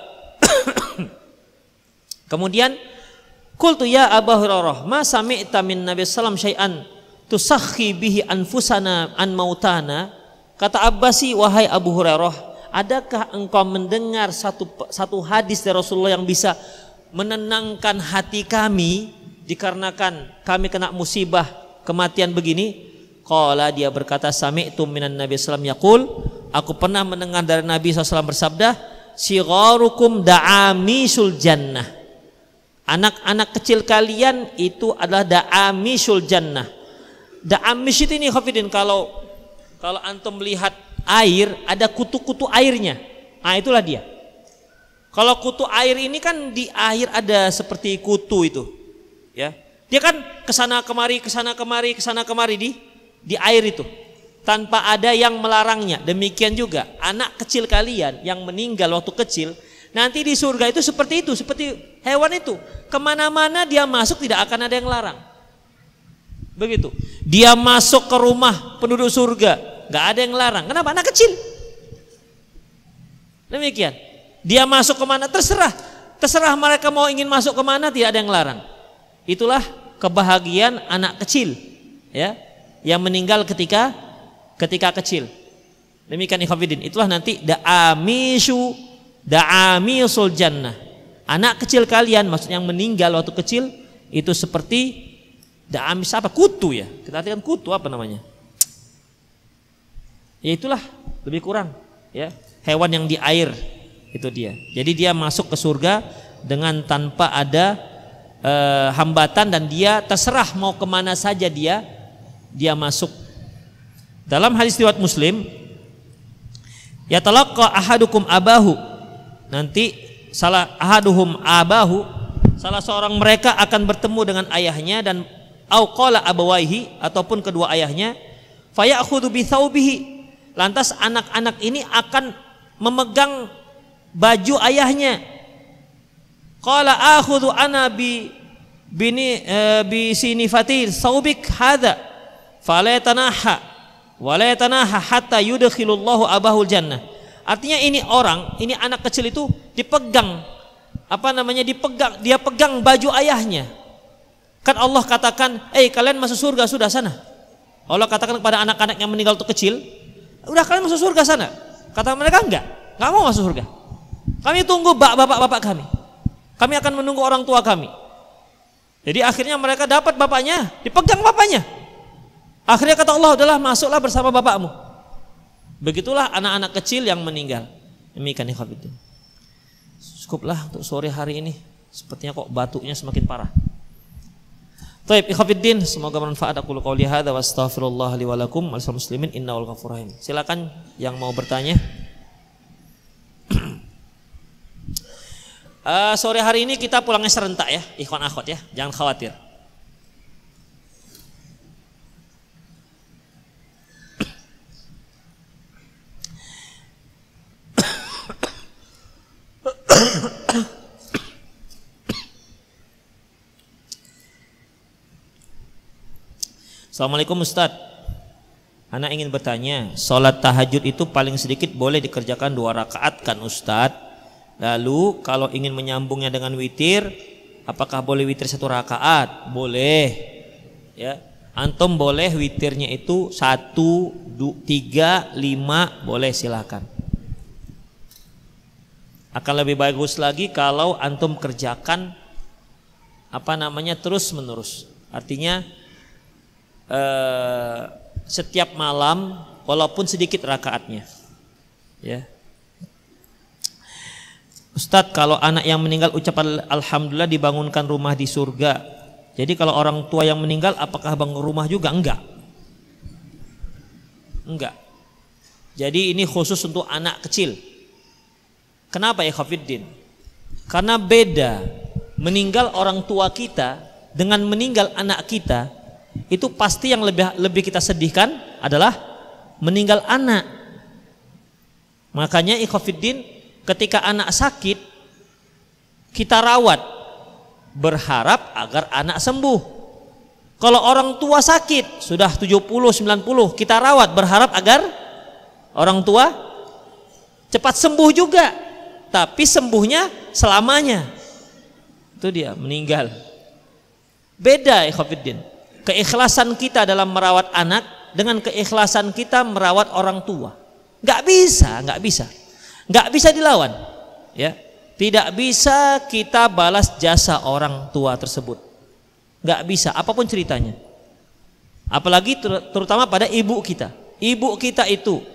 B: kemudian qultu ya Abu Hurairah ma sami'ta min Nabi sallam syai'an tusakhi bihi anfusana an mautana. Kata Abbasi, wahai Abu Hurairah, adakah engkau mendengar satu satu hadis dari Rasulullah yang bisa menenangkan hati kami dikarenakan kami kena musibah kematian begini? Qala, dia berkata, sami'tu minan Nabi sallam yaqul, aku pernah mendengar dari Nabi sallallahu alaihi wasallam bersabda, sigharukum da'amisul jannah. Anak-anak kecil kalian itu adalah da'amisul jannah. Da'amis itu ini khafidin, kalau kalau antum melihat air, ada kutu-kutu airnya. Nah, itulah dia. Kalau kutu air ini kan di air ada seperti kutu itu, ya. Dia kan kesana kemari, kesana kemari, kesana kemari di di air itu, tanpa ada yang melarangnya. Demikian juga anak kecil kalian yang meninggal waktu kecil, nanti di surga itu seperti itu, seperti hewan itu. Kemana-mana dia masuk tidak akan ada yang larang. Begitu. Dia masuk ke rumah penduduk surga, nggak ada yang larang. Kenapa? Anak kecil. Demikian. Dia masuk kemana terserah, terserah mereka mau ingin masuk kemana, tidak ada yang larang. Itulah kebahagiaan anak kecil, ya, yang meninggal ketika ketika kecil. Demikian ikhwafidin. Itulah nanti da'amishu da'amisul jannah. Anak kecil kalian, maksudnya yang meninggal waktu kecil itu seperti da'amis apa? Kutu, ya. Kita artikan kutu apa namanya? Ya itulah, lebih kurang, ya. Hewan yang di air itu dia. Jadi dia masuk ke surga dengan tanpa ada e, hambatan, dan dia terserah mau kemana saja dia dia masuk. Dalam hadis riwayat Muslim, ya talaqqa ahadukum abahu, nanti salah ahaduhum abahu, salah seorang mereka akan bertemu dengan ayahnya, dan au qala abawaihi, ataupun kedua ayahnya, fayakhudhu bi thawbihi, lantas anak-anak ini akan memegang baju ayahnya. Qala akhudhu ana bi bini e, bi sinifati thawbik hadza fala yatanaha wa la yatanaha hatta yudkhilullahu abahul jannah. Artinya ini orang, ini anak kecil itu dipegang, apa namanya, dipegang, dia pegang baju ayahnya. Kan Allah katakan, "Eh, kalian masuk surga sudah sana." Allah katakan kepada anak-anak yang meninggal waktu kecil, "Udah kalian masuk surga sana." Kata mereka, "Enggak, enggak mau masuk surga. Kami tunggu bapak-bapak kami. Kami akan menunggu orang tua kami." Jadi akhirnya mereka dapat bapaknya, dipegang bapaknya. Akhirnya kata Allah, "Udahlah, masuklah bersama bapakmu." Begitulah anak-anak kecil yang meninggal. Demikian ikhwatiddin. Cukuplah untuk sore hari ini. Sepertinya kok batuknya semakin parah. Baik, ikhwatiddin, semoga bermanfaat. Aku qouli hadza wa astaghfirullah li wa lakum wa lisal muslimin innahu ghafurur rahim. Silakan yang mau bertanya. uh, sore hari ini kita pulangnya serentak ya, ikhwan akhwat ya, jangan khawatir. Assalamualaikum Ustadz, anak ingin bertanya, sholat tahajud itu paling sedikit boleh dikerjakan dua rakaat kan Ustadz? Lalu kalau ingin menyambungnya dengan witir, apakah boleh witir satu rakaat? Boleh, ya. Antum boleh witirnya itu satu, dua, tiga, lima, boleh, silakan. Akan lebih bagus lagi kalau antum kerjakan apa namanya terus menerus. Artinya eh, setiap malam walaupun sedikit rakaatnya. Ya. Ustadz, kalau anak yang meninggal ucapan alhamdulillah dibangunkan rumah di surga. Jadi kalau orang tua yang meninggal apakah bangun rumah juga? Enggak. Enggak. Jadi ini khusus untuk anak kecil. Kenapa ya Khafiddin? Karena beda meninggal orang tua kita dengan meninggal anak kita. Itu pasti yang lebih lebih kita sedihkan adalah meninggal anak. Makanya Khafiddin, ketika anak sakit kita rawat berharap agar anak sembuh. Kalau orang tua sakit sudah tujuh puluh sembilan puluh kita rawat berharap agar orang tua cepat sembuh juga. Tapi sembuhnya selamanya. Itu dia meninggal. Beda Khafiddin. Keikhlasan kita dalam merawat anak dengan keikhlasan kita merawat orang tua. Gak bisa, gak bisa. Gak bisa dilawan, ya. Tidak bisa kita balas jasa orang tua tersebut. Gak bisa, apapun ceritanya. Apalagi ter terutama pada ibu kita. Ibu kita itu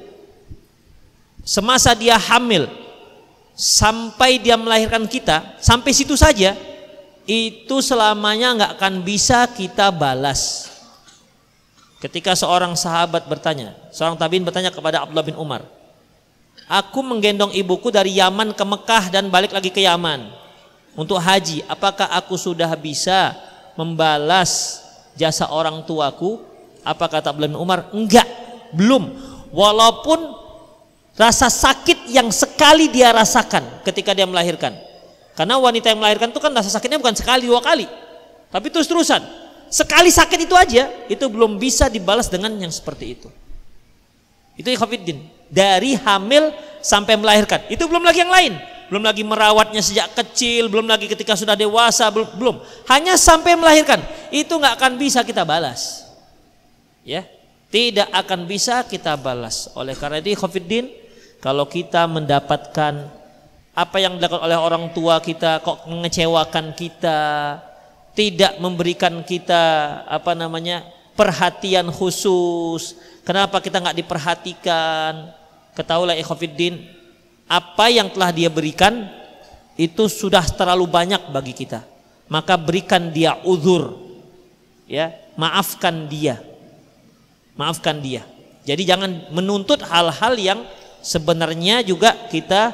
B: semasa dia hamil sampai dia melahirkan kita, sampai situ saja, itu selamanya gak akan bisa kita balas. Ketika seorang sahabat bertanya, seorang tabi'in bertanya kepada Abdullah bin Umar, aku menggendong ibuku dari Yaman ke Mekah dan balik lagi ke Yaman untuk haji. Apakah aku sudah bisa membalas jasa orang tuaku? Apa kata Abdullah bin Umar? Enggak, belum. Walaupun rasa sakit yang sekali dia rasakan ketika dia melahirkan. Karena wanita yang melahirkan itu kan rasa sakitnya bukan sekali dua kali, tapi terus-terusan. Sekali sakit itu aja, itu belum bisa dibalas dengan yang seperti itu. Itu Khafiddin. Dari hamil sampai melahirkan, itu belum lagi yang lain, belum lagi merawatnya sejak kecil, belum lagi ketika sudah dewasa, belum, belum. Hanya sampai melahirkan, itu nggak akan bisa kita balas, ya, tidak akan bisa kita balas. Oleh karena itu Khafiddin, kalau kita mendapatkan apa yang dilakukan oleh orang tua kita kok mengecewakan kita, tidak memberikan kita apa namanya perhatian khusus, kenapa kita nggak diperhatikan? Ketahuilah Khafiddin, apa yang telah dia berikan itu sudah terlalu banyak bagi kita. Maka berikan dia uzur, ya, maafkan dia, maafkan dia. Jadi jangan menuntut hal-hal yang sebenarnya juga kita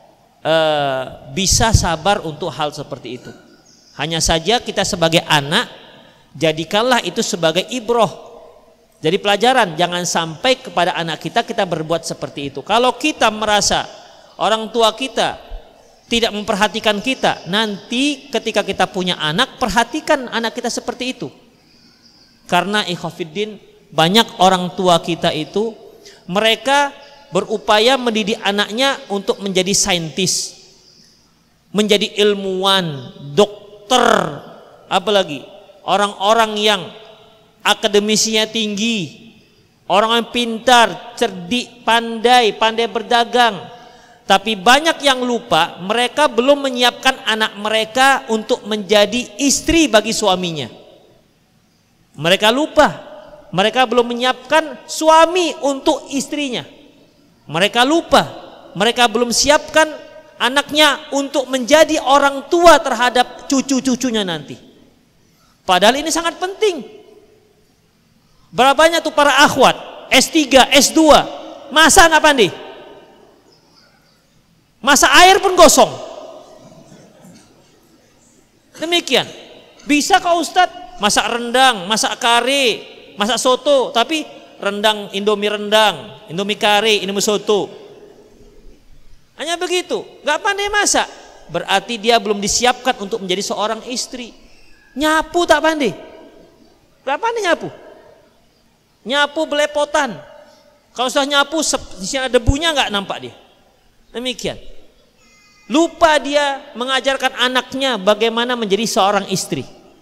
B: uh, bisa sabar untuk hal seperti itu. Hanya saja kita sebagai anak, jadikanlah itu sebagai ibroh. Jadi pelajaran, jangan sampai kepada anak kita kita berbuat seperti itu. Kalau kita merasa orang tua kita tidak memperhatikan kita, nanti ketika kita punya anak, perhatikan anak kita seperti itu. Karena Khafiddin, banyak orang tua kita itu mereka berupaya mendidik anaknya untuk menjadi saintis, menjadi ilmuwan, dokter, apalagi orang-orang yang akademisinya tinggi, orang yang pintar, cerdik, pandai, pandai berdagang. Tapi banyak yang lupa, mereka belum menyiapkan anak mereka untuk menjadi istri bagi suaminya. Mereka lupa, mereka belum menyiapkan suami untuk istrinya. Mereka lupa, mereka belum siapkan anaknya untuk menjadi orang tua terhadap cucu-cucunya nanti. Padahal ini sangat penting. Berapa banyak tuh para akhwat S tiga, S dua, masa apa nih? Masa air pun gosong. Demikian. Bisa kau Ustadz masak rendang, masak kare, masak soto, tapi rendang Indomie rendang, Indomie kare, Indomie soto. Hanya begitu, gak pandai masak. Berarti dia belum disiapkan untuk menjadi seorang istri. Nyapu tak pandai. Gak pandai nyapu. Nyapu belepotan. Kalau sudah nyapu di sini ada debunya nggak nampak dia. Demikian. Lupa dia mengajarkan anaknya bagaimana menjadi seorang istri.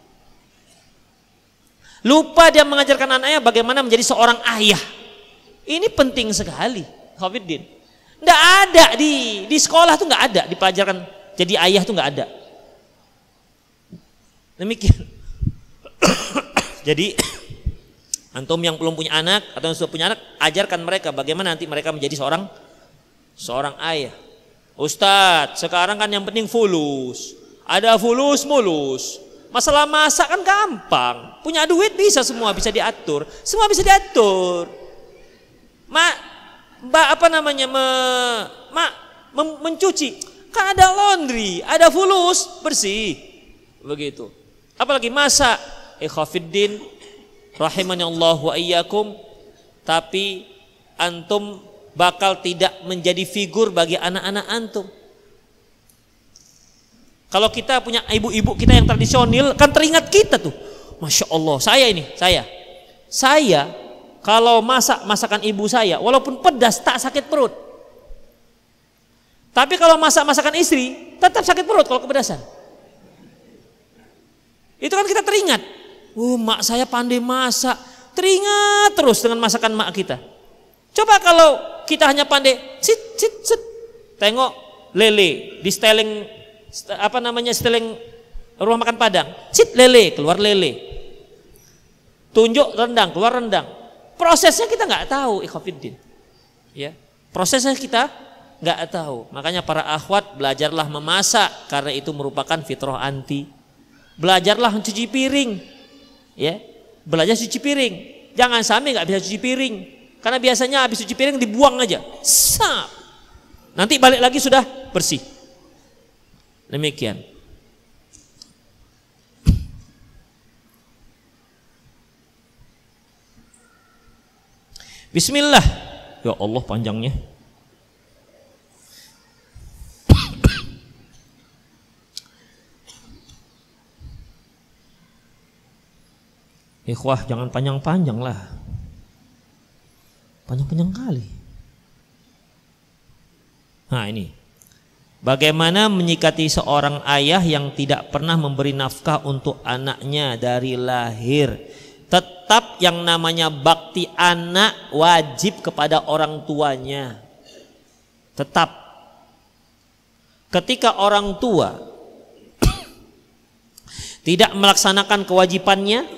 B: Lupa dia mengajarkan anaknya bagaimana menjadi seorang ayah. Ini penting sekali, Khafiddin. Nggak ada di di sekolah tuh nggak ada dipelajarkan jadi ayah tuh nggak ada. Demikian. Jadi Antum yang belum punya anak atau yang sudah punya anak, ajarkan mereka bagaimana nanti mereka menjadi seorang seorang ayah. Ustadz, sekarang kan yang penting fulus. Ada fulus mulus. Masalah masak kan gampang. Punya duit bisa semua bisa diatur. Semua bisa diatur. Ma, mbak apa namanya me, ma, mem, mencuci. Kan ada laundry, ada fulus, bersih. Begitu. Apalagi masak. Ikhafiddin rahimani Allah wa iyyakum. Tapi antum bakal tidak menjadi figur bagi anak-anak antum. Kalau kita punya ibu-ibu kita yang tradisional, kan teringat kita tuh. Masya Allah, saya ini, saya. Saya kalau masak masakan ibu saya, walaupun pedas tak sakit perut. Tapi kalau masak masakan istri, tetap sakit perut kalau kepedasan. Itu kan kita teringat. Oh, mak saya pandai masak. Teringat terus dengan masakan mak kita. Coba kalau kita hanya pandai sit sit sit, tengok lele di seteling apa namanya seteling rumah makan Padang, sit lele keluar lele, tunjuk rendang keluar rendang. Prosesnya kita nggak tahu, ikhwatiddin. Ya, prosesnya kita nggak tahu. Makanya para akhwat belajarlah memasak karena itu merupakan fitrah anti. Belajarlah mencuci piring, ya, belajar cuci piring. Jangan sampai nggak bisa cuci piring. Karena biasanya habis cuci piring dibuang aja. Sap. Nanti balik lagi sudah bersih. Demikian. Bismillah. Ya Allah panjangnya. Ikhwah jangan panjang-panjang lah. Panjang-panjang kali. Nah ini, bagaimana menyikati seorang ayah yang tidak pernah memberi nafkah untuk anaknya dari lahir. Tetap yang namanya bakti anak wajib kepada orang tuanya. Tetap. Ketika orang tua tidak melaksanakan kewajibannya,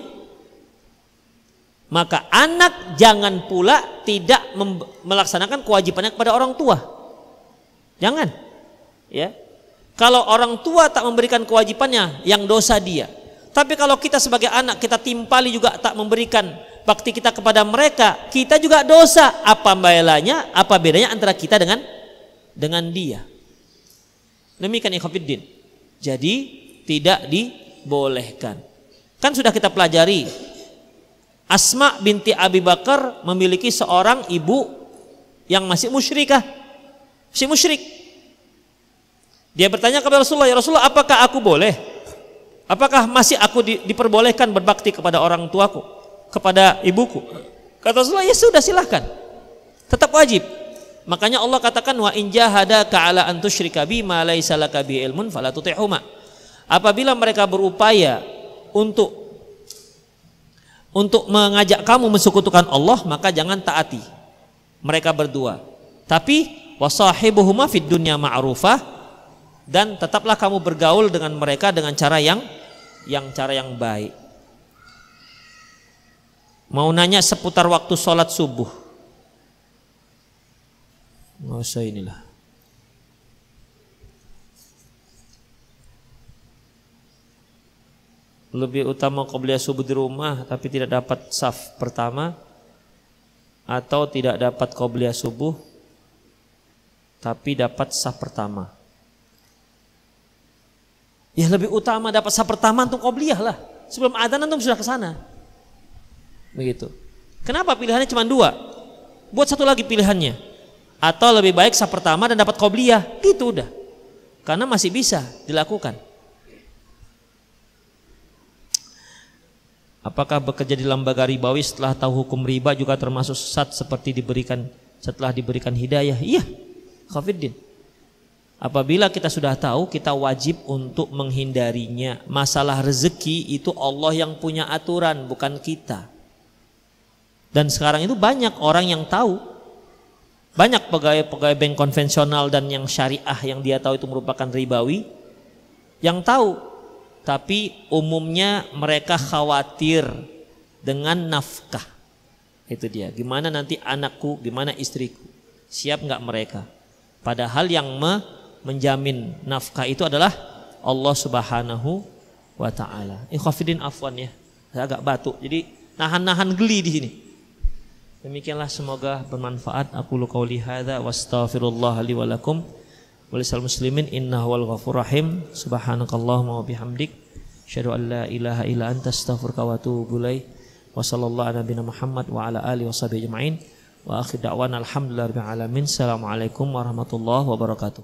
B: maka anak jangan pula tidak melaksanakan kewajibannya kepada orang tua. Jangan. Ya. Kalau orang tua tak memberikan kewajibannya, yang dosa dia. Tapi kalau kita sebagai anak kita timpali juga tak memberikan bakti kita kepada mereka, kita juga dosa. Apa bedanya? Apa bedanya antara kita dengan dengan dia? Demikian ikhwatiddin. Jadi tidak dibolehkan. Kan sudah kita pelajari. Asma binti Abi Bakar memiliki seorang ibu yang masih musyrikah, masih musyrik. Dia bertanya kepada Rasulullah, ya Rasulullah, apakah aku boleh? Apakah masih aku di, diperbolehkan berbakti kepada orang tuaku, kepada ibuku? Kata Rasulullah, ya sudah silahkan, tetap wajib. Makanya Allah katakan wa in jahadaka ala an tusyrika bima laisa laka bi ilmun fala tuti'huma. Apabila mereka berupaya untuk untuk mengajak kamu mensekutukan Allah, maka jangan taati mereka berdua. Tapi wasahibuhuma fid dunya ma'rufah, dan tetaplah kamu bergaul dengan mereka dengan cara yang yang cara yang baik. Mau nanya seputar waktu sholat subuh? Nggak usah inilah. Lebih utama qobliyah subuh di rumah tapi tidak dapat saf pertama, atau tidak dapat qobliyah subuh tapi dapat saf pertama? Ya lebih utama dapat saf pertama untuk qobliyah lah. Sebelum adzan antum sudah ke sana. Begitu. Kenapa pilihannya cuma dua? Buat satu lagi pilihannya. Atau lebih baik saf pertama dan dapat qobliyah. Gitu udah. Karena masih bisa dilakukan. Apakah bekerja di lembaga ribawi setelah tahu hukum riba juga termasuk sesat seperti diberikan setelah diberikan hidayah? Iya, Khafiddin. Apabila kita sudah tahu, kita wajib untuk menghindarinya. Masalah rezeki itu Allah yang punya aturan, bukan kita. Dan sekarang itu banyak orang yang tahu. Banyak pegawai-pegawai bank konvensional dan yang syariah yang dia tahu itu merupakan ribawi, yang tahu. Tapi umumnya mereka khawatir dengan nafkah. Itu dia. Gimana nanti anakku, gimana istriku? Siap nggak mereka? Padahal yang me menjamin nafkah itu adalah Allah Subhanahu wa taala. Ikhwafidin afwan ya. Saya agak batuk. Jadi nahan-nahan geli di sini. Demikianlah, semoga bermanfaat. Aku qauli hadza wastaghfirullah li wa lakum wa lisal muslimin innahu wal ghafurur rahim. Subhanakallahumma wa bihamdik asyhadu an la ilaha illa anta astaghfiruka wa atubu ilaik. Wa sallallahu ala nabiyina Muhammad wa ala alihi washabihi ajmain. Wa akhir da'wana alhamdulillahi rabbil alamin. Assalamualaikum warahmatullahi wabarakatuh.